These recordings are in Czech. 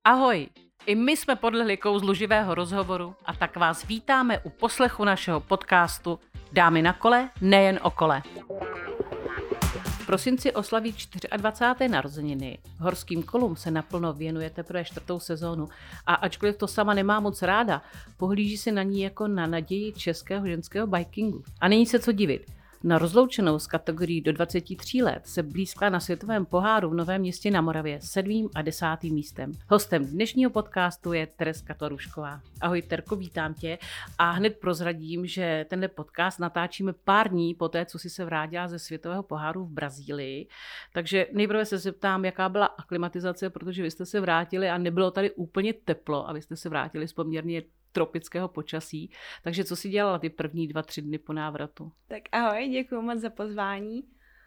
Ahoj, i my jsme podlehli kouzlu živého rozhovoru a tak vás vítáme u poslechu našeho podcastu Dámy na kole, nejen o kole. V prosinci oslaví 24. narozeniny. Horským kolům se naplno věnuje teprve 4. sezónu a ačkoliv to sama nemá moc ráda, pohlíží si na ní jako na naději českého ženského bikingu. A není se co divit. Na rozloučenou z kategorií do 23 let se blízkla na světovém poháru v Novém Městě na Moravě 7. a 10. místem. Hostem dnešního podcastu je Tereska Tvarušková. Ahoj Terko, vítám tě a hned prozradím, že tenhle podcast natáčíme pár dní po té, co jsi se vrátila ze světového poháru v Brazílii. Takže nejprve se zeptám, jaká byla aklimatizace, protože vy jste se vrátili a nebylo tady úplně teplo a vy jste se vrátili z poměrně tropického počasí. Takže co jsi dělala ty první 2-3 dny po návratu? Tak ahoj, děkuji moc za pozvání.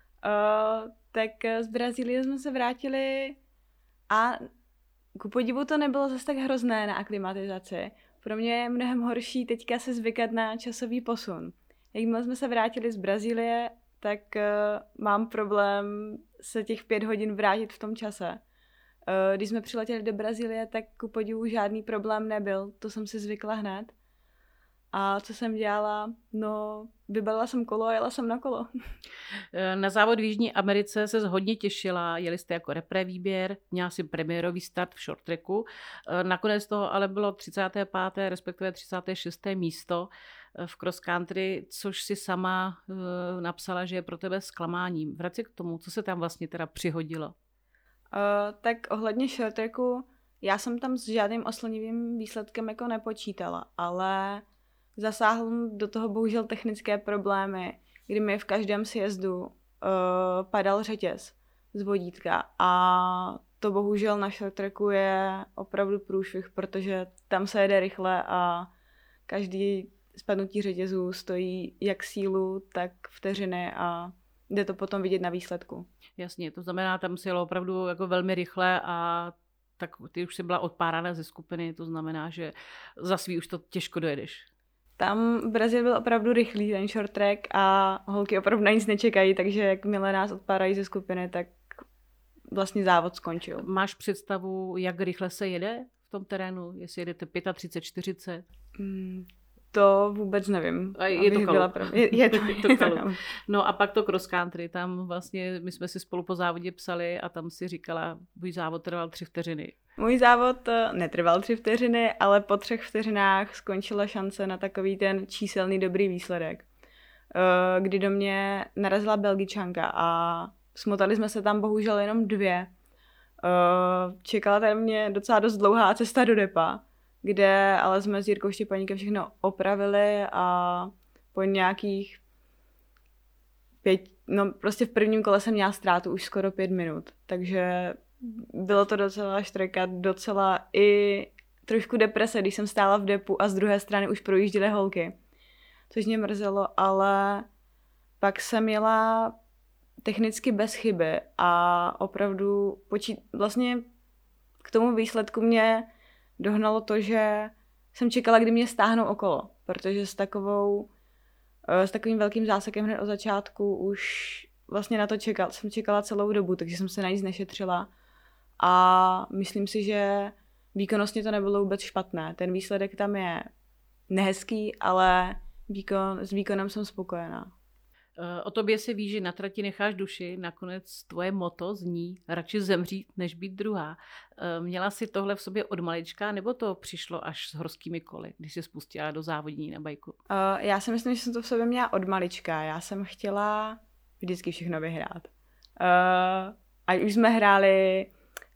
Tak z Brazílie jsme se vrátili a ku podivu to nebylo zase tak hrozné na aklimatizaci. Pro mě je mnohem horší teďka se zvykat na časový posun. Jakmile jsme se vrátili z Brazílie, tak mám problém se těch 5 hodin vrátit v tom čase. Když jsme přiletěli do Brazílie, tak ku podivu žádný problém nebyl. To jsem si zvykla hned. A co jsem dělala? No, vybalila jsem kolo a jela jsem na kolo. Na závod v Jižní Americe se hodně těšila, jeli jste jako repré výběr, měla si premiérový start v short tracku. Nakonec toho ale bylo 35. respektive 36. místo v cross country, což si sama napsala, že je pro tebe zklamáním. Vrať se k tomu, co se tam vlastně teda přihodilo? Tak ohledně short tracku, já jsem tam s žádným oslnivým výsledkem jako nepočítala, ale zasáhl do toho bohužel technické problémy, kdy mi v každém sjezdu padal řetěz z vodítka a to bohužel na short tracku je opravdu průšvih, protože tam se jede rychle a každý spadnutí řetězu stojí jak sílu, tak vteřiny a jde to potom vidět na výsledku. Jasně, to znamená, tam si jelo opravdu jako velmi rychle a tak ty už jsi byla odpárána ze skupiny, to znamená, že za svý už to těžko dojedeš. Tam Brazíl byl opravdu rychlý, ten short track a holky opravdu na nic nečekají, takže jakmile nás odpárají ze skupiny, tak vlastně závod skončil. Máš představu, jak rychle se jede v tom terénu? Jestli jedete 35, 40? To vůbec nevím. A je to kalup. Je to kalup. No a pak to cross country, tam vlastně my jsme si spolu po závodě psali a tam si říkala, můj závod trval 3 vteřiny. Můj závod netrval 3 vteřiny, ale po 3 vteřinách skončila šance na takový ten číselný dobrý výsledek. Kdy do mě narazila Belgičanka a smotali jsme se tam bohužel jenom 2. Čekala tady mě docela dost dlouhá cesta do depa, kde ale jsme s Jirkou Štěpaníkem všechno opravili a po nějakých 5, prostě v prvním kole jsem měla ztrátu už skoro 5 minut, takže bylo to docela štreka, docela i trošku deprese, když jsem stála v depu a z druhé strany už projížděly holky, což mě mrzelo, ale pak jsem jela technicky bez chyby a opravdu vlastně k tomu výsledku mě dohnalo to, že jsem čekala, kdy mě stáhnou okolo, protože s takovým velkým zásekem hned od začátku už vlastně na to jsem čekala celou dobu, takže jsem se na nic nešetřila a myslím si, že výkonnostně to nebylo vůbec špatné. Ten výsledek tam je nehezký, ale s výkonem jsem spokojená. O tobě se ví, že na trati necháš duši, nakonec tvoje motto zní radši zemřít, než být druhá. Měla jsi tohle v sobě od malička, nebo to přišlo až s horskými koly, když jsi spustila do závodění na bajku? Já si myslím, že jsem to v sobě měla od malička. Já jsem chtěla vždycky všechno vyhrát. Ať už jsme hráli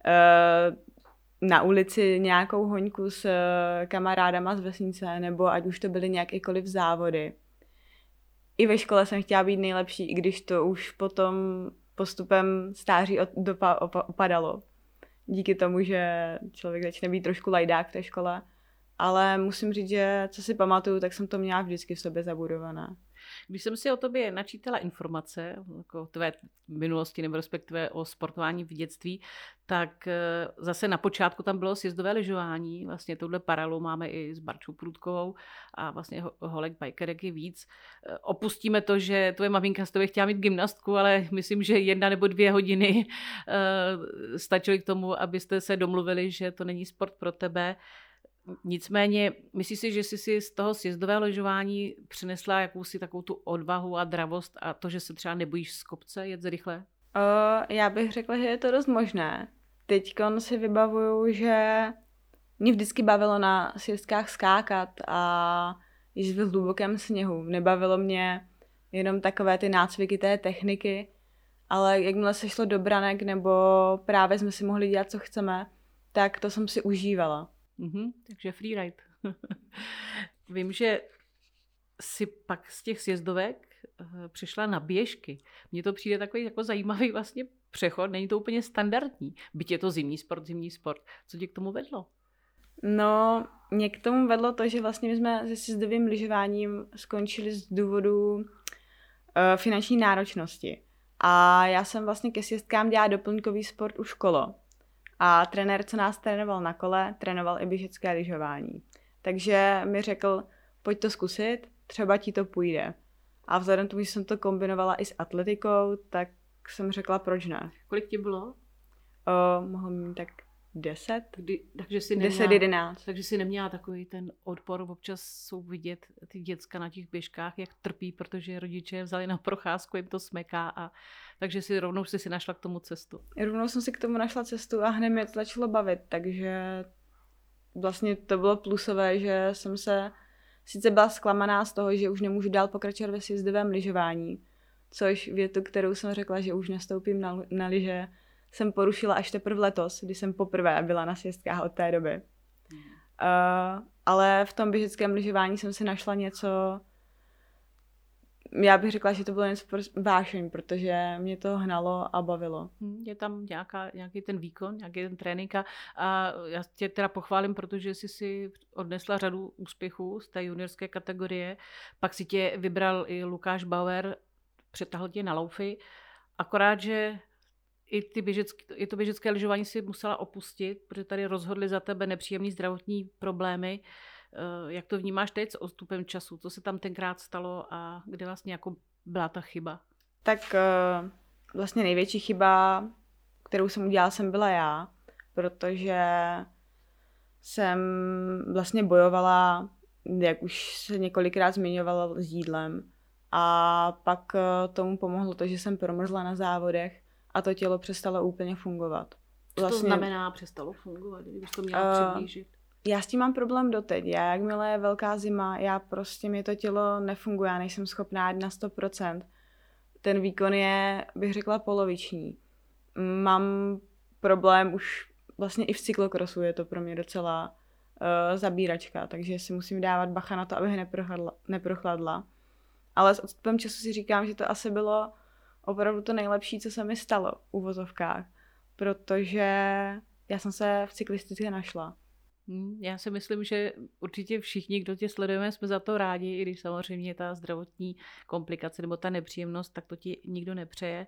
na ulici nějakou hoňku s kamarádama z vesnice, nebo ať už to byly nějakékoliv závody. I ve škole jsem chtěla být nejlepší, i když to už potom postupem stáří opadalo. Díky tomu, že člověk začne být trošku lajdák v té škole. Ale musím říct, že co si pamatuju, tak jsem to měla vždycky v sobě zabudované. Když jsem si o tobě načítala informace, jako tvé minulosti nebo respektive o sportování v dětství, tak zase na počátku tam bylo sjezdové lyžování, vlastně touhle paralelu máme i s Barčou Průdkovou a vlastně holek bikerek je víc. Opustíme to, že tvoje maminka z tebe chtěla mít gymnastku, ale myslím, že 1 nebo 2 hodiny stačily k tomu, abyste se domluvili, že to není sport pro tebe. Nicméně, myslíš si, že jsi si z toho sjezdového lyžování přinesla jakousi takovou tu odvahu a dravost a to, že se třeba nebojíš z kopce jet rychle? Já bych řekla, že je to dost možné. Teďkon si vybavuju, že mě vždycky bavilo na sjezdkách skákat a jíst v hlubokém sněhu. Nebavilo mě jenom takové ty nácviky té techniky, ale jakmile se šlo do branek nebo právě jsme si mohli dělat, co chceme, tak to jsem si užívala. Takže freeride. Vím, že si pak z těch sjezdovek přišla na běžky. Mně to přijde takový jako zajímavý vlastně přechod, není to úplně standardní. Byť je to zimní sport. Co tě k tomu vedlo? No, mě k tomu vedlo to, že vlastně my jsme se sjezdovým lyžováním skončili z důvodu finanční náročnosti. A já jsem vlastně ke sjezdkám dělala doplňkový sport už kolo. A trenér, co nás trénoval na kole, trénoval i běžecké lyžování. Takže mi řekl, pojď to zkusit, třeba ti to půjde. A vzhledem k tomu, že jsem to kombinovala i s atletikou, tak jsem řekla, proč ne. Kolik ti bylo? Mohlo mít tak 10. Takže si 10-11. Takže si neměla takový ten odpor. Občas jsou vidět ty děcka na těch běžkách, jak trpí, protože rodiče vzali na procházku, jim to smeká. Takže si rovnou si našla k tomu cestu. Rovnou jsem si k tomu našla cestu a hned mě to začalo bavit. Takže vlastně to bylo plusové, že jsem se sice byla zklamaná z toho, že už nemůžu dál pokračovat ve sjezdovém lyžování. Což větu, kterou jsem řekla, že už nastoupím na lyže, jsem porušila až teprve letos, kdy jsem poprvé byla na sjezdkách od té doby. Ale v tom běžeckém lyžování jsem si našla něco, já bych řekla, že to bylo něco vášeň, protože mě to hnalo a bavilo. Je tam nějaký ten výkon, nějaký ten trénink a já tě teda pochválím, protože jsi si odnesla řadu úspěchů z té juniorské kategorie, pak si tě vybral i Lukáš Bauer, přetáhl tě na loufy, akorát, že i to běžecké lyžování si musela opustit, protože tady rozhodli za tebe nepříjemný zdravotní problémy. Jak to vnímáš teď s odstupem času? Co se tam tenkrát stalo a kde vlastně jako byla ta chyba? Tak vlastně největší chyba, kterou jsem udělala, jsem byla já, protože jsem vlastně bojovala, jak už se několikrát zmiňovala, s jídlem. A pak tomu pomohlo to, že jsem promrzla na závodech a to tělo přestalo úplně fungovat. Co to znamená přestalo fungovat, kdybych to měla přiblížit? Já s tím mám problém doteď. Jakmile je velká zima, mě to tělo nefunguje, já nejsem schopná jít na 100%. Ten výkon je, bych řekla, poloviční. Mám problém už vlastně i v cyklokrosu, je to pro mě docela zabíračka, takže si musím dávat bacha na to, abych neprochladla. Ale s odstupem času si říkám, že to asi bylo opravdu to nejlepší, co se mi stalo v uvozovkách, protože já jsem se v cyklistice našla. Já si myslím, že určitě všichni, kdo tě sledujeme, jsme za to rádi, i když samozřejmě ta zdravotní komplikace nebo ta nepříjemnost, tak to ti nikdo nepřeje.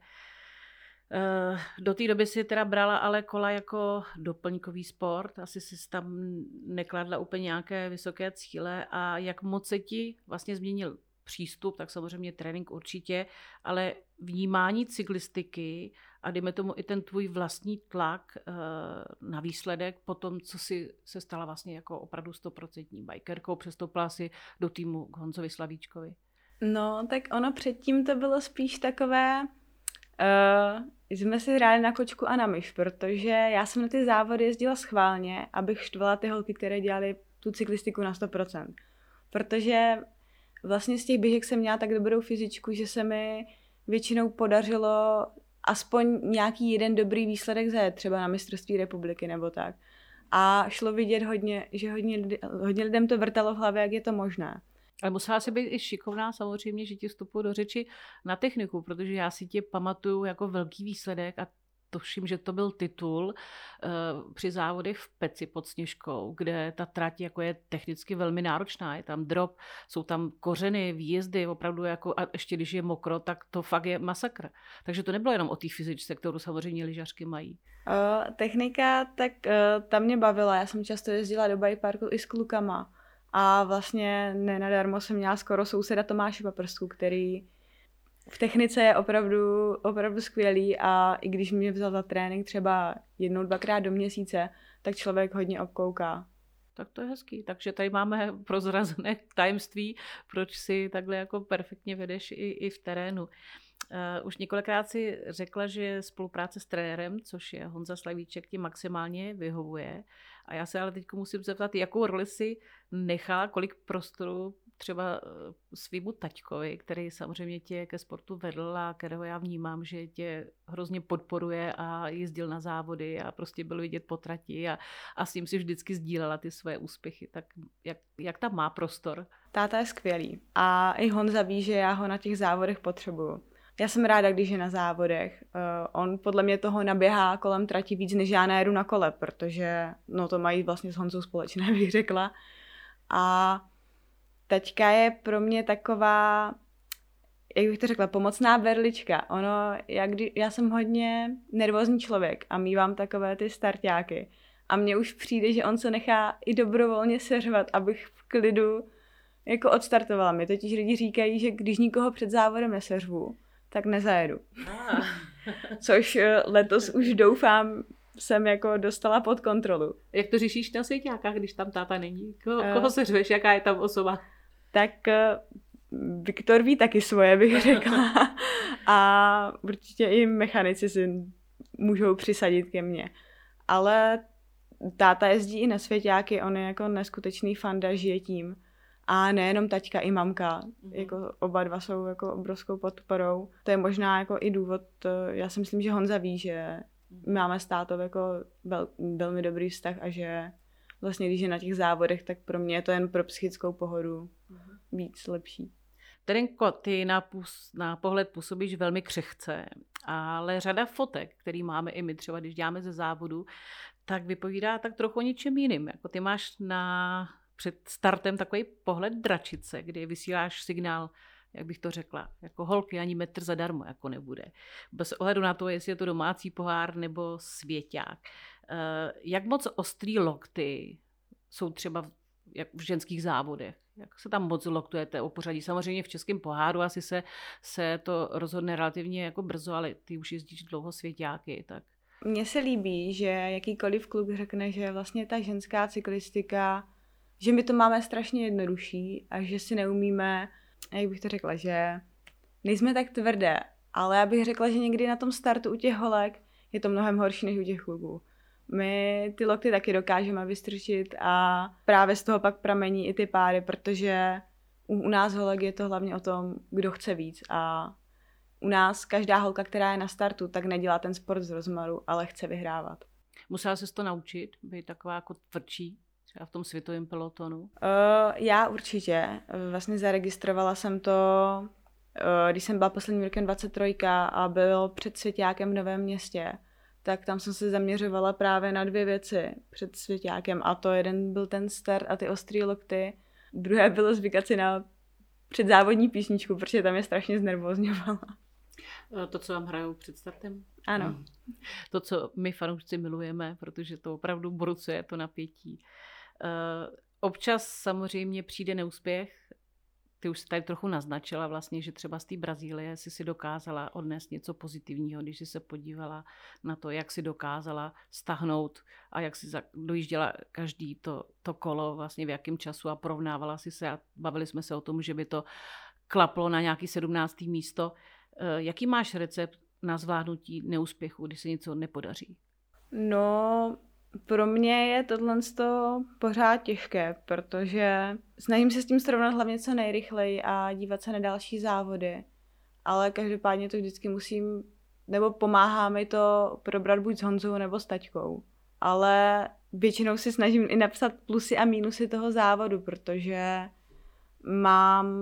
Do té doby si teda brala ale kola jako doplňkový sport, asi si tam nekladla úplně nějaké vysoké cíle a jak moc se ti vlastně změnil přístup, tak samozřejmě trénink určitě, ale vnímání cyklistiky a dejme tomu i ten tvůj vlastní tlak na výsledek po tom, co si se stala vlastně jako opravdu 100% bikerkou, přestoupila si do týmu k Honzovi Slavíčkovi. No, tak ono předtím to bylo spíš takové, jsme si hráli na kočku a na myš, protože já jsem na ty závody jezdila schválně, abych štvala ty holky, které dělaly tu cyklistiku na 100%. Protože vlastně z těch běžek jsem měla tak dobrou fyzičku, že se mi většinou podařilo aspoň nějaký jeden dobrý výsledek zajet, třeba na mistrovství republiky nebo tak. A šlo vidět že hodně lidem to vrtalo v hlavě, jak je to možné. Ale musela si být i šikovná samozřejmě, že ti vstupuji do řeči na techniku, protože já si tě pamatuju jako velký výsledek a tuším, že to byl titul při závodech v Peci pod Sněžkou, kde ta trať jako je technicky velmi náročná. Je tam drop, jsou tam kořeny, výjezdy, opravdu jako, a ještě když je mokro, tak to fakt je masakr. Takže to nebylo jenom o té fyzičce, kterou samozřejmě lyžařky mají. Technika, tak ta mě bavila. Já jsem často jezdila do bike parku i s klukama. A vlastně nenadarmo jsem měla skoro souseda Tomáše Paprsku, který v technice je opravdu skvělý a i když mě vzal za trénink třeba 1-2krát do měsíce, tak člověk hodně obkouká. Tak to je hezký. Takže tady máme prozrazené tajemství, proč si takhle jako perfektně vedeš i v terénu. Už několikrát si řekla, že spolupráce s trenérem, což je Honza Slavíček, ti maximálně vyhovuje. A já se ale teď musím zeptat, jakou roli si nechala, kolik prostoru třeba svýmu taťkovi, který samozřejmě tě ke sportu vedl a kterého já vnímám, že tě hrozně podporuje a jezdil na závody a prostě byl vidět po trati a s ním si vždycky sdílela ty své úspěchy. Tak jak tam má prostor? Táta je skvělý a i Honza ví, že já ho na těch závodech potřebuju. Já jsem ráda, když je na závodech. On podle mě toho naběhá kolem trati víc, než já najedu na kole, protože to mají vlastně s Honzou společné, bych řekla. A taťka je pro mě taková, jak bych to řekla, pomocná berlička. Já jsem hodně nervózní člověk a mívám takové ty starťáky. A mně už přijde, že on se nechá i dobrovolně seřvat, abych v klidu jako odstartovala. Mě totiž lidi říkají, že když nikoho před závodem neseřvu, tak nezajedu. Což letos už doufám, jsem jako dostala pod kontrolu. Jak to řešíš na svěťákách, když tam táta není? Koho seřveš? Jaká je tam osoba? Tak Viktor ví taky svoje, bych řekla. A určitě i mechanici si můžou přisadit ke mně. Ale táta jezdí i na svěťáky, on je jako neskutečný fanda, žije tím. A nejenom taťka, i mamka. Jako oba dva jsou jako obrovskou podporou. To je možná jako i důvod, já si myslím, že Honza ví, že máme s tátou jako velmi dobrý vztah a že vlastně, když je na těch závodech, tak pro mě je to jen pro psychickou pohodu víc lepší. Terenko, ty na pohled působíš velmi křehce, ale řada fotek, který máme i my třeba, když děláme ze závodu, tak vypovídá tak trochu o něčem jiným. Jako ty máš před startem takový pohled dračice, kdy vysíláš signál, jak bych to řekla, jako holky ani metr zadarmo jako nebude. Bez ohledu na to, jestli je to domácí pohár nebo svěťák. Jak moc ostrý lokty jsou třeba v ženských závodech? Jak se tam moc loktujete o pořadí? Samozřejmě v českém poháru asi se to rozhodne relativně jako brzo, ale ty už jezdíš dlouho svěťáky, tak... Mně se líbí, že jakýkoliv kluk řekne, že vlastně ta ženská cyklistika, že my to máme strašně jednodušší a že si neumíme, jak bych to řekla, že nejsme tak tvrdé, ale já bych řekla, že někdy na tom startu u těch holek je to mnohem horší než u těch kluků. My ty lokty taky dokážeme vystrčit a právě z toho pak pramení i ty páry, protože u nás holek je to hlavně o tom, kdo chce víc a u nás každá holka, která je na startu, tak nedělá ten sport z rozmaru, ale chce vyhrávat. Musela ses to naučit, být taková jako tvrdší? Třeba v tom světovém pelotonu? Já určitě. Vlastně zaregistrovala jsem to, když jsem byla posledním rokem 23 a byl před svěťákem v Novém Městě, tak tam jsem se zaměřovala právě na 2 věci před svěťákem a to jeden byl ten start a ty ostrý lokty, druhé bylo zvykat si na předzávodní písničku, protože tam je strašně znervózňovala. To, co vám hrajou před startem? Ano. To, co my fanoušci milujeme, protože to opravdu brucuje to napětí. Občas samozřejmě přijde neúspěch. Ty už jsi tady trochu naznačila vlastně, že třeba z té Brazílie si dokázala odnést něco pozitivního, když jsi se podívala na to, jak si dokázala stahnout a jak si dojížděla každý to kolo, vlastně v jakém času a porovnávala si se a bavili jsme se o tom, že by to klaplo na nějaký 17. místo. Jaký máš recept na zvládnutí neúspěchu, když se něco nepodaří? No, pro mě je tohle pořád těžké, protože snažím se s tím srovnat hlavně co nejrychleji a dívat se na další závody. Ale každopádně to vždycky musím, nebo pomáhá mi to probrat buď s Honzou nebo s taťkou. Ale většinou si snažím i napsat plusy a mínusy toho závodu, protože mám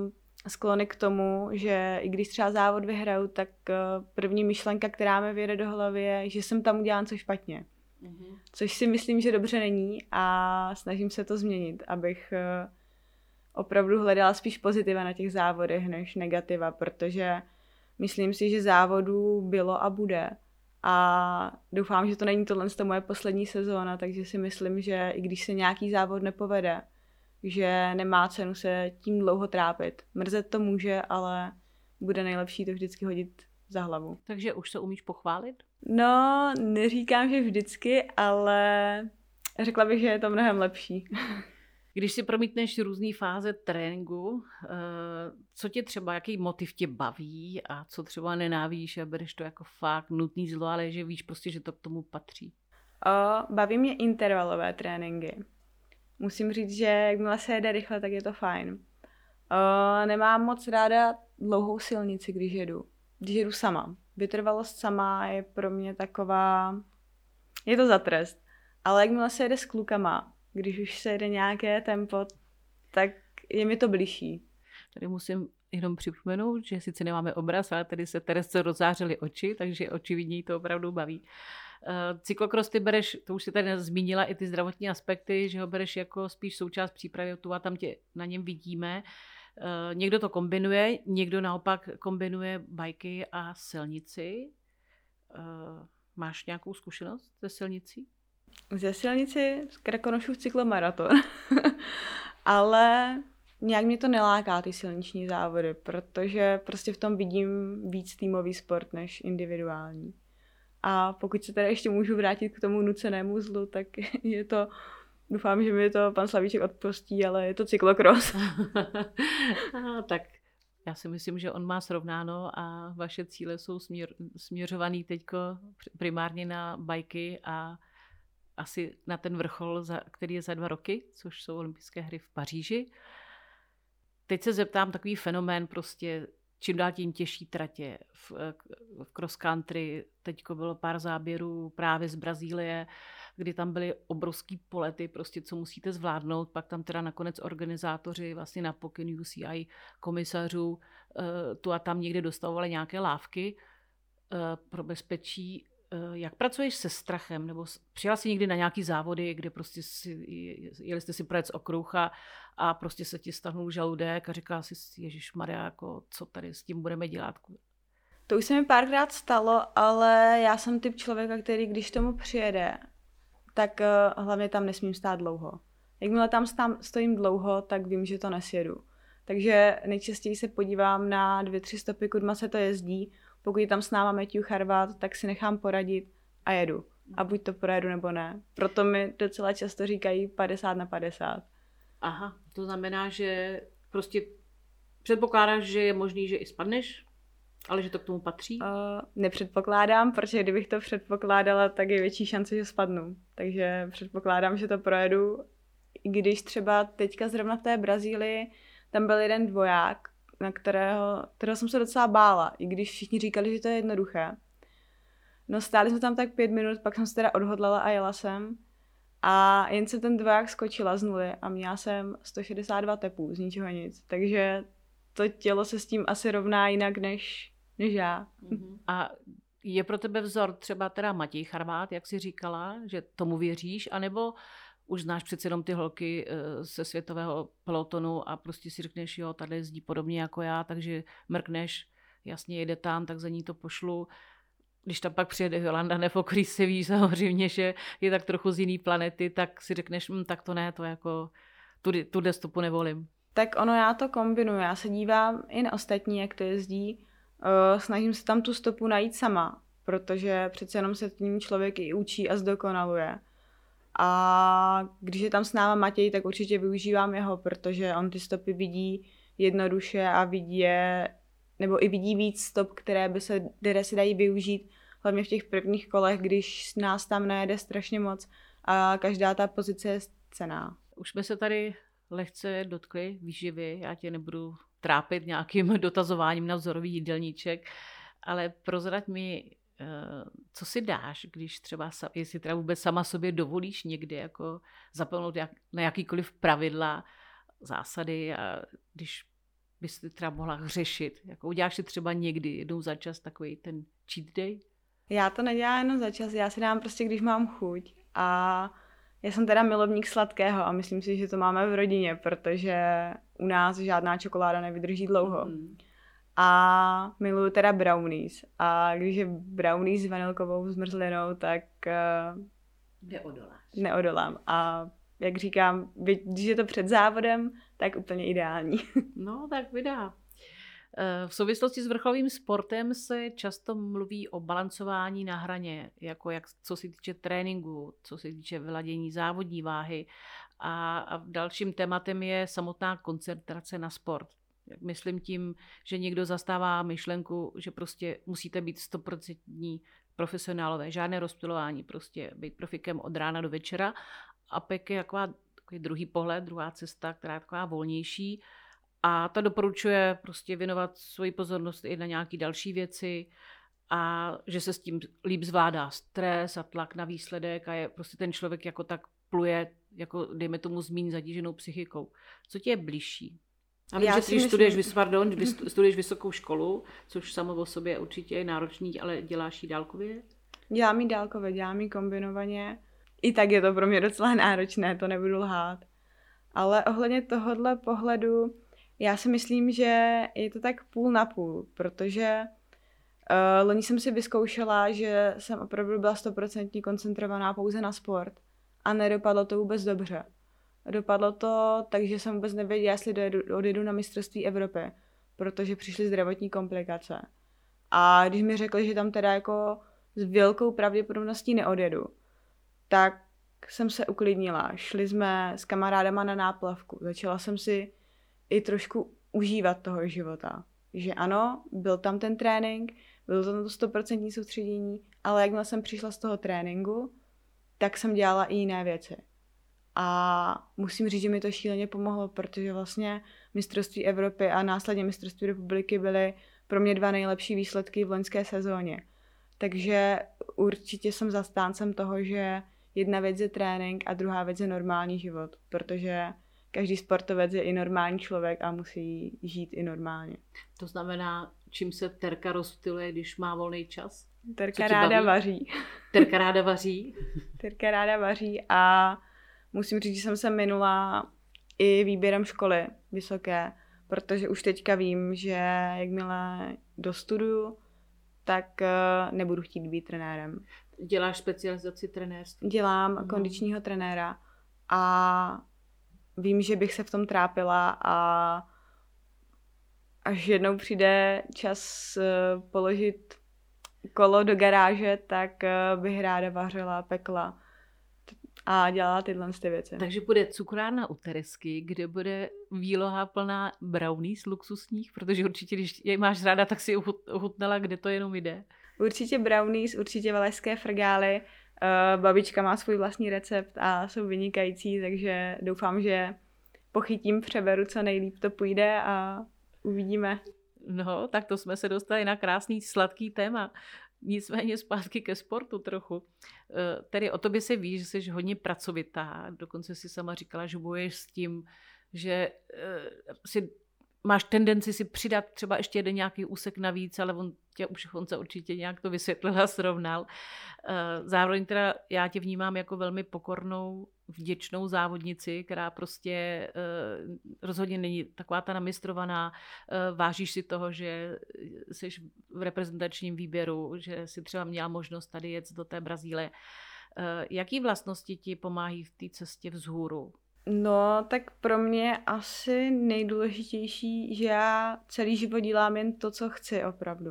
sklony k tomu, že i když třeba závod vyhraju, tak první myšlenka, která mi vyjde do hlavy, je, že jsem tam udělala něco špatně. Což si myslím, že dobře není a snažím se to změnit, abych opravdu hledala spíš pozitiva na těch závodech než negativa, protože myslím si, že závodů bylo a bude. A doufám, že to není tohle moje poslední sezóna, takže si myslím, že i když se nějaký závod nepovede, že nemá cenu se tím dlouho trápit. Mrzet to může, ale bude nejlepší to vždycky hodit za hlavu. Takže už se umíš pochválit? No, neříkám, že vždycky, ale řekla bych, že je to mnohem lepší. Když si promítneš různé fáze tréninku, co tě třeba, jaký motiv tě baví a co třeba nenávíš a bereš to jako fakt nutný zlo, ale že víš prostě, že to k tomu patří? Baví mě intervalové tréninky. Musím říct, že jakmile se jede rychle, tak je to fajn. Nemám moc ráda dlouhou silnici, když jedu. Když jedu sama. Vytrvalost sama je pro mě taková... Je to za trest. Ale jakmile se jede s klukama, když už se jede nějaké tempo, tak je mi to bližší. Tady musím jenom připomenout, že sice nemáme obraz, ale tady se Teresce rozzářily oči, takže očividně jí to opravdu baví. Cyklokros ty bereš, to už si tady zmínila i ty zdravotní aspekty, že ho bereš jako spíš součást přípravy, tu a tam tě na něm vidíme. Někdo to kombinuje, někdo naopak kombinuje bajky a silnici. Máš nějakou zkušenost ze silnicí? Ze silnici z Krkonošův cyklomaraton. Ale nějak mě to neláká, ty silniční závody, protože prostě v tom vidím víc týmový sport než individuální. A pokud se teda ještě můžu vrátit k tomu nucenému zlu, tak je to, doufám, že mi to pan Slavíček odpustí, ale je to cyklokros. Tak já si myslím, že on má srovnáno a vaše cíle jsou směřovaný teďko primárně na bajky a asi na ten vrchol, který je za 2 roky, což jsou olympijské hry v Paříži. Teď se zeptám, takový fenomén prostě, čím dál tím těžší tratě v cross country. Teďko bylo pár záběrů právě z Brazílie, kdy tam byly obrovský polety, prostě co musíte zvládnout. Pak tam teda nakonec organizátoři vlastně na pokyn UCI komisařů tu a tam někde dostavovali nějaké lávky pro bezpečí. Jak pracuješ se strachem? Nebo přijela jsi někdy na nějaký závody, kde prostě jeli jste si projet okruh a prostě se ti stahnul žaludek a říká si, ježišmarja, jako, co tady s tím budeme dělat? To už se mi párkrát stalo, ale já jsem typ člověka, který když tomu přijede, tak hlavně tam nesmím stát dlouho. Jakmile tam stojím dlouho, tak vím, že to nesjedu. Takže nejčastěji se podívám na 2-3 stopy, kudma se to jezdí. Pokud je tam s náma Matthew Charvat, tak si nechám poradit a jedu. A buď to projedu, nebo ne. Proto mi docela často říkají 50/50. Aha, to znamená, že prostě předpokládáš, že je možný, že i spadneš, ale že to k tomu patří? Nepředpokládám, protože kdybych to předpokládala, tak je větší šance, že spadnu. Takže předpokládám, že to projedu. I když třeba teďka zrovna v té Brazílii, tam byl jeden dvoják, na kterého jsem se docela bála, i když všichni říkali, že to je jednoduché. No stáli jsme tam tak 5 minut, pak jsem se teda odhodlala a jela jsem. A jen se ten dvoják skočila z nuly a měla jsem 162 tepů, z ničeho nic. Takže to tělo se s tím asi rovná jinak než já. A je pro tebe vzor třeba teda Matěj Charvát, jak jsi říkala, že tomu věříš, anebo už znáš přece jenom ty holky ze světového pelotonu a prostě si řekneš, jo, tady jezdí podobně jako já, takže mrkneš, jasně jede tam, tak za ní to pošlu. Když tam pak přijede Jolanda, nebo když se ví samozřejmě, že je tak trochu z jiný planety, tak si řekneš, tak to ne, to jako tuhle stopu nevolím. Tak ono, já to kombinuju, já se dívám i na ostatní, jak to jezdí, snažím se tam tu stopu najít sama, protože přece jenom se tím člověk i učí a zdokonaluje. A když je tam s náma Matěj, tak určitě využívám jeho, protože on ty stopy vidí jednoduše a vidí víc stop, které se dají využít, hlavně v těch prvních kolech, když nás tam najede strašně moc a každá ta pozice je cenná. Už jsme se tady lehce dotkli výživy, já tě nebudu trápit nějakým dotazováním na vzorový jídelníček, ale prozrať mi, co si dáš, když třeba, jestli teda vůbec sama sobě dovolíš někdy jako zapomenout na jakýkoliv pravidla, zásady a když bys ty třeba mohla řešit? Jako uděláš si třeba někdy jednou za čas takový ten cheat day? Já to nedělám jenom za čas, já si dám prostě, když mám chuť. A já jsem teda milovník sladkého a myslím si, že to máme v rodině, protože u nás žádná čokoláda nevydrží dlouho. A miluju teda brownies. A když je brownies s vanilkovou zmrzlinou, tak neodolám. A jak říkám, když je to před závodem, tak úplně ideální. No, tak vydá. V souvislosti s vrcholovým sportem se často mluví o balancování na hraně, jako co se týče tréninku, co se týče vyladění závodní váhy. A dalším tématem je samotná koncentrace na sport. Myslím tím, že někdo zastává myšlenku, že prostě musíte být 100% profesionálové, žádné rozptylování, prostě být profikem od rána do večera. A pak je takový druhý pohled, druhá cesta, která je taková volnější. A ta doporučuje prostě věnovat svoji pozornost i na nějaké další věci a že se s tím líp zvládá stres a tlak na výsledek a je prostě ten člověk jako tak pluje, jako dejme tomu s méně zatíženou psychikou. Co ti je bližší? A vím, že když studuješ vysokou školu, což samo o sobě určitě je náročný, ale děláš ji dálkově? Dělám ji dálkově, dělám ji kombinovaně. I tak je to pro mě docela náročné, to nebudu lhát. Ale ohledně tohohle pohledu, já si myslím, že je to tak půl na půl, protože loni jsem si vyzkoušela, že jsem opravdu byla 100% koncentrovaná pouze na sport a nedopadlo to vůbec dobře. Dopadlo to tak, že jsem vůbec nevěděla, jestli odjedu na mistrovství Evropy, protože přišly zdravotní komplikace. A když mi řekli, že tam teda jako s velkou pravděpodobností neodjedu, tak jsem se uklidnila. Šli jsme s kamarádama na náplavku. Začala jsem si i trošku užívat toho života. Že ano, byl tam ten trénink, bylo tam to 100% soustředění, ale jakmile jsem přišla z toho tréninku, tak jsem dělala i jiné věci. A musím říct, že mi to šíleně pomohlo, protože vlastně mistrovství Evropy a následně mistrovství republiky byly pro mě 2 nejlepší výsledky v loňské sezóně. Takže určitě jsem zastáncem toho, že jedna věc je trénink a druhá věc je normální život, protože každý sportovec je i normální člověk a musí žít i normálně. To znamená, čím se Terka rozptyluje, když má volný čas? Terka ráda vaří. Terka ráda vaří? Terka ráda vaří a musím říct, že jsem se minula i výběrem školy vysoké, protože už teďka vím, že jakmile dostuduju, tak nebudu chtít být trenérem. Děláš specializaci trenérství? Dělám kondičního trenéra a vím, že bych se v tom trápila a až jednou přijde čas položit kolo do garáže, tak bych ráda vařila, pekla a dělala tyhle věci. Takže bude cukrárna u Teresky, kde bude výloha plná brownies luxusních, protože určitě, když je máš ráda, tak si ochutnala, kde to jenom jde. Určitě brownies, určitě valašské frgály. Babička má svůj vlastní recept a jsou vynikající, takže doufám, že pochytím, přeberu, co nejlíp to půjde a uvidíme. No, tak to jsme se dostali na krásný sladký téma. Nicméně zpátky ke sportu trochu. Tedy o tobě se ví, že jsi hodně pracovitá. Dokonce si sama říkala, že bojuješ s tím, že si máš tendenci si přidat třeba ještě jeden nějaký úsek navíc, ale on se určitě nějak to vysvětlil a srovnal. Zároveň teda já tě vnímám jako velmi pokornou, vděčnou závodnici, která prostě rozhodně není taková ta namistrovaná. Vážíš si toho, že jsi v reprezentačním výběru, že si třeba měla možnost tady jet do té Brazílie. Jaký vlastnosti ti pomáhají v té cestě vzhůru? No, tak pro mě asi nejdůležitější, že já celý život dělám jen to, co chci opravdu.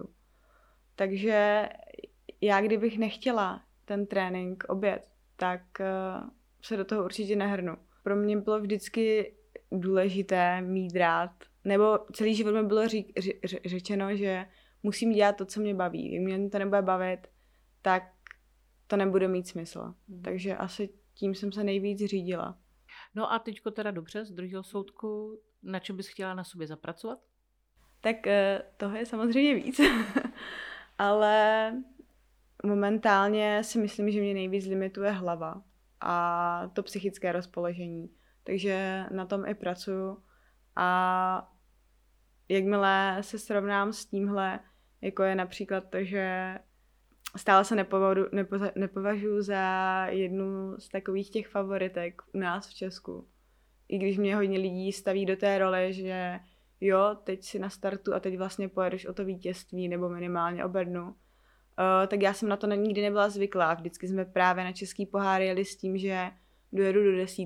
Takže já, kdybych nechtěla ten trénink obět, tak se do toho určitě nehrnu. Pro mě bylo vždycky důležité mít rád, nebo celý život mi bylo řečeno, že musím dělat to, co mě baví. Když mě to nebude bavit, tak to nebude mít smysl. Takže asi tím jsem se nejvíc řídila. No a teďko teda dobře, z druhého soudku, na čem bys chtěla na sobě zapracovat? Tak toho je samozřejmě víc. Ale momentálně si myslím, že mě nejvíc limituje hlava a to psychické rozpoložení. Takže na tom i pracuju a jakmile se srovnám s tímhle, jako je například to, že stále se nepovažuji za jednu z takových těch favoritek u nás v Česku. I když mě hodně lidí staví do té role, že jo, teď si na startu a teď vlastně pojedeš o to vítězství nebo minimálně o bednu, tak já jsem na to nikdy nebyla zvyklá. Vždycky jsme právě na český pohár jeli s tím, že dojedu do 10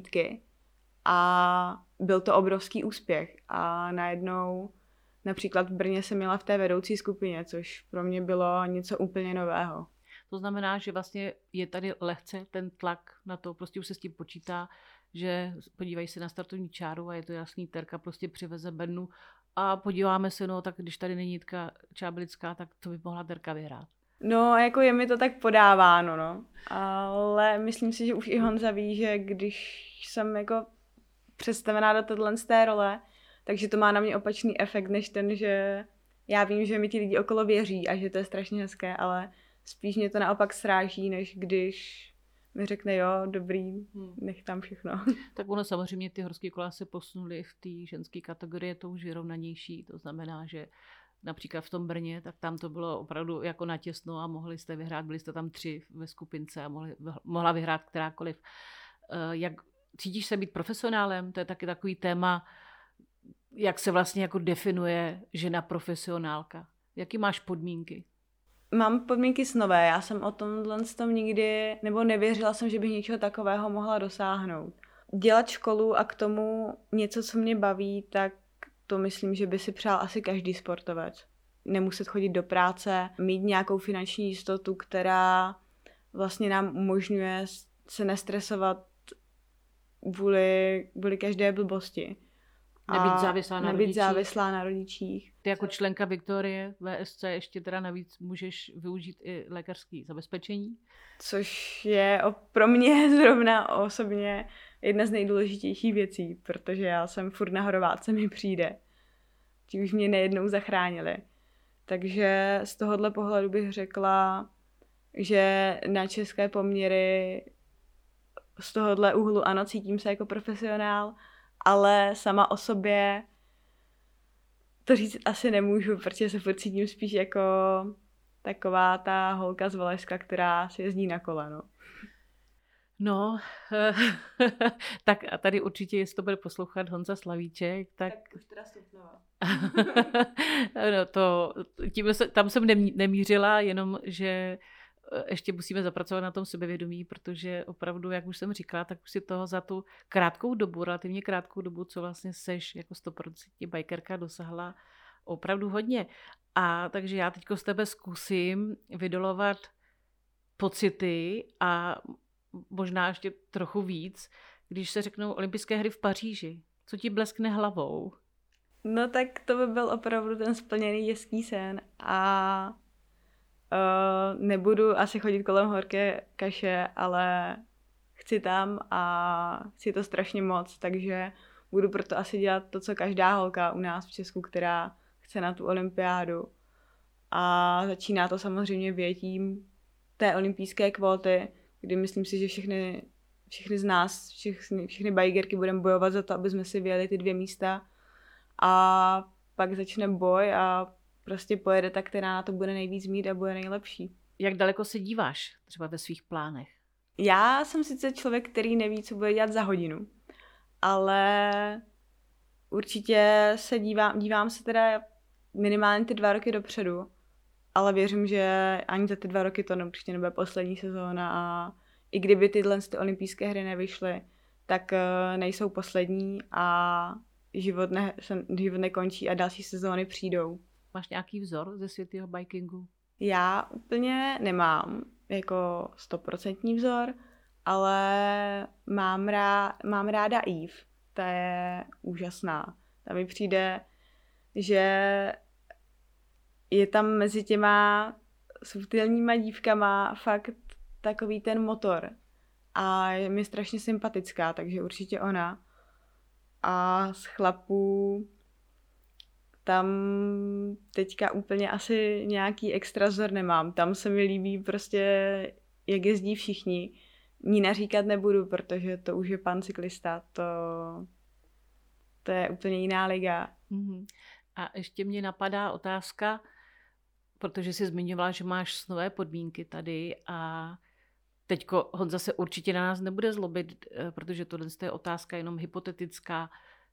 a byl to obrovský úspěch. A najednou například v Brně jsem měla v té vedoucí skupině, což pro mě bylo něco úplně nového. To znamená, že vlastně je tady lehce ten tlak na to, prostě už se s tím počítá, že podívají se na startovní čáru a je to jasný, Terka prostě přiveze bednu a podíváme se, no tak když tady není Jitka Čábelická, tak to by mohla Terka vyhrát. No, jako je mi to tak podáváno, no. Ale myslím si, že už i Honza ví, že když jsem jako představená do té role, takže to má na mě opačný efekt, než ten, že já vím, že mi ti lidi okolo věří a že to je strašně hezké, ale spíš mě to naopak sráží, než když mi řekne, jo, dobrý, nech tam všechno. Tak ono samozřejmě ty horské kola se posunuly v té ženské kategorii, to už vyrovnanější, to znamená, že například v tom Brně, tak tam to bylo opravdu jako natěsno a mohli jste vyhrát, byli jste tam 3 ve skupince a mohla vyhrát kterákoliv. Jak cítíš se být profesionálem? To je taky takový téma, jak se vlastně jako definuje žena profesionálka. Jaký máš podmínky? Mám podmínky snové, já jsem o tomhle nikdy, nebo nevěřila jsem, že bych něčeho takového mohla dosáhnout. Dělat školu a k tomu něco, co mě baví, tak to myslím, že by si přál asi každý sportovec. Nemuset chodit do práce, mít nějakou finanční jistotu, která vlastně nám umožňuje se nestresovat kvůli každé blbosti. Nebýt závislá na rodičích. Ty jako členka Viktorie VSC ještě teda navíc můžeš využít i lékařské zabezpečení? Což je pro mě zrovna osobně jedna z nejdůležitějších věcí, protože já jsem furt na horováce mi přijde. Ti už mě nejednou zachránili. Takže z tohohle pohledu bych řekla, že na české poměry z tohohle úhlu ano, cítím se jako profesionál, ale sama o sobě to říct asi nemůžu, protože se furt cítím spíš jako taková ta holka z Valašska, která si jezdí na kole, no. No, tak a tady určitě, jestli to bude poslouchat Honza Slavíček, tak už teda stupnula. No tam jsem nemířila, jenom že ještě musíme zapracovat na tom sebevědomí, protože opravdu, jak už jsem říkala, tak už si toho za tu krátkou dobu, relativně krátkou dobu, co vlastně seš jako 100% bikerka, dosáhla opravdu hodně. A takže já teďko z tebe zkusím vydolovat pocity a možná ještě trochu víc, když se řeknou olympijské hry v Paříži. Co ti bleskne hlavou? No tak to by byl opravdu ten splněný dětský sen a nebudu asi chodit kolem horké kaše, ale chci tam a chci to strašně moc, takže budu proto asi dělat to, co každá holka u nás v Česku, která chce na tu olympiádu. A začíná to samozřejmě větím té olympijské kvóty, kdy myslím si, že všechny z nás, všechny bikerky budeme bojovat za to, aby jsme si vyjeli ty 2 místa a pak začne boj a prostě pojede ta, která na to bude nejvíc mít a bude nejlepší. Jak daleko se díváš třeba ve svých plánech? Já jsem sice člověk, který neví, co bude dělat za hodinu, ale určitě se dívám se teda minimálně ty 2 roky dopředu, ale věřím, že ani za ty 2 roky to určitě nebude poslední sezóna a i kdyby ty olympijské hry nevyšly, tak nejsou poslední a život nekončí a další sezóny přijdou. Máš nějaký vzor ze světého bikingu? Já úplně nemám jako 100% vzor, ale mám ráda Eve. Ta je úžasná. Ta mi přijde, že je tam mezi těma subtilníma dívkama fakt takový ten motor. A je mi strašně sympatická, takže určitě ona. A z chlapů tam teďka úplně asi nějaký extra vzor nemám. Tam se mi líbí prostě, jak jezdí všichni. Nína říkat nebudu, protože to už je pan cyklista. To je úplně jiná liga. Mm-hmm. A ještě mě napadá otázka, protože jsi zmiňovala, že máš snové podmínky tady a teďko Honza se určitě na nás nebude zlobit, protože tohle je otázka jenom hypotetická.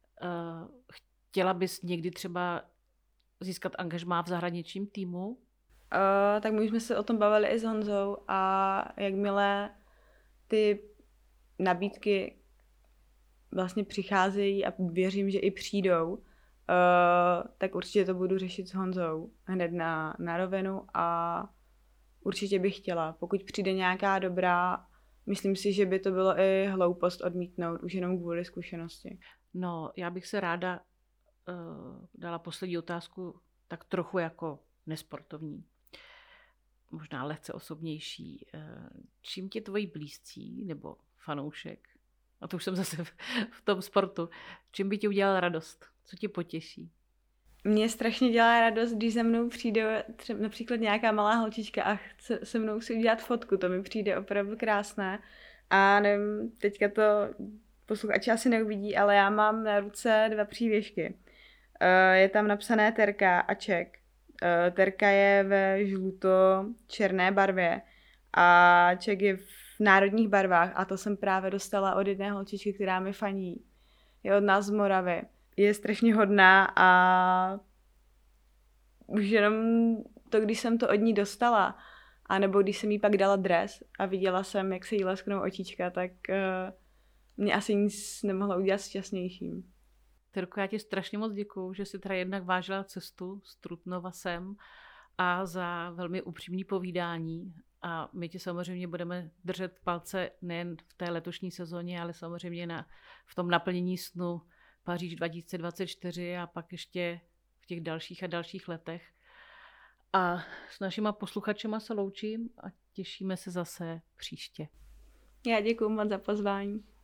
Chtěla bys někdy třeba získat angažmá v zahraničním týmu? Tak my už jsme se o tom bavili i s Honzou a jakmile ty nabídky vlastně přicházejí a věřím, že i přijdou, tak určitě to budu řešit s Honzou hned na rovinu a určitě bych chtěla. Pokud přijde nějaká dobrá, myslím si, že by to bylo i hloupost odmítnout, už jenom kvůli zkušenosti. No, já bych se ráda dala poslední otázku tak trochu jako nesportovní. Možná lehce osobnější. Čím ti tvoji blízcí nebo fanoušek, a to už jsem zase v tom sportu, čím by ti udělal radost? Co tě potěší? Mě strašně dělá radost, když za mnou přijde třeba například nějaká malá holčička a chce se mnou si udělat fotku. To mi přijde opravdu krásné. A nevím, teďka to posluchači asi neuvidí, ale já mám na ruce 2 přívěšky. Je tam napsané Terka a Ček. Terka je ve žluto-černé barvě a Ček je v národních barvách a to jsem právě dostala od jedné holčičky, která mi faní. Je od nás z Moravy. Je strašně hodná a už jenom to, když jsem to od ní dostala, anebo když jsem jí pak dala dres a viděla jsem, jak se jí lesknou očička, tak mě asi nic nemohlo udělat šťastnějším. Terko, já ti strašně moc děkuju, že jsi teda jednak vážila cestu z Trutnova sem a za velmi upřímný povídání. A my ti samozřejmě budeme držet palce nejen v té letošní sezóně, ale samozřejmě v tom naplnění snu Paříž 2024 a pak ještě v těch dalších a dalších letech. A s našima posluchačema se loučím a těšíme se zase příště. Já děkuju moc za pozvání.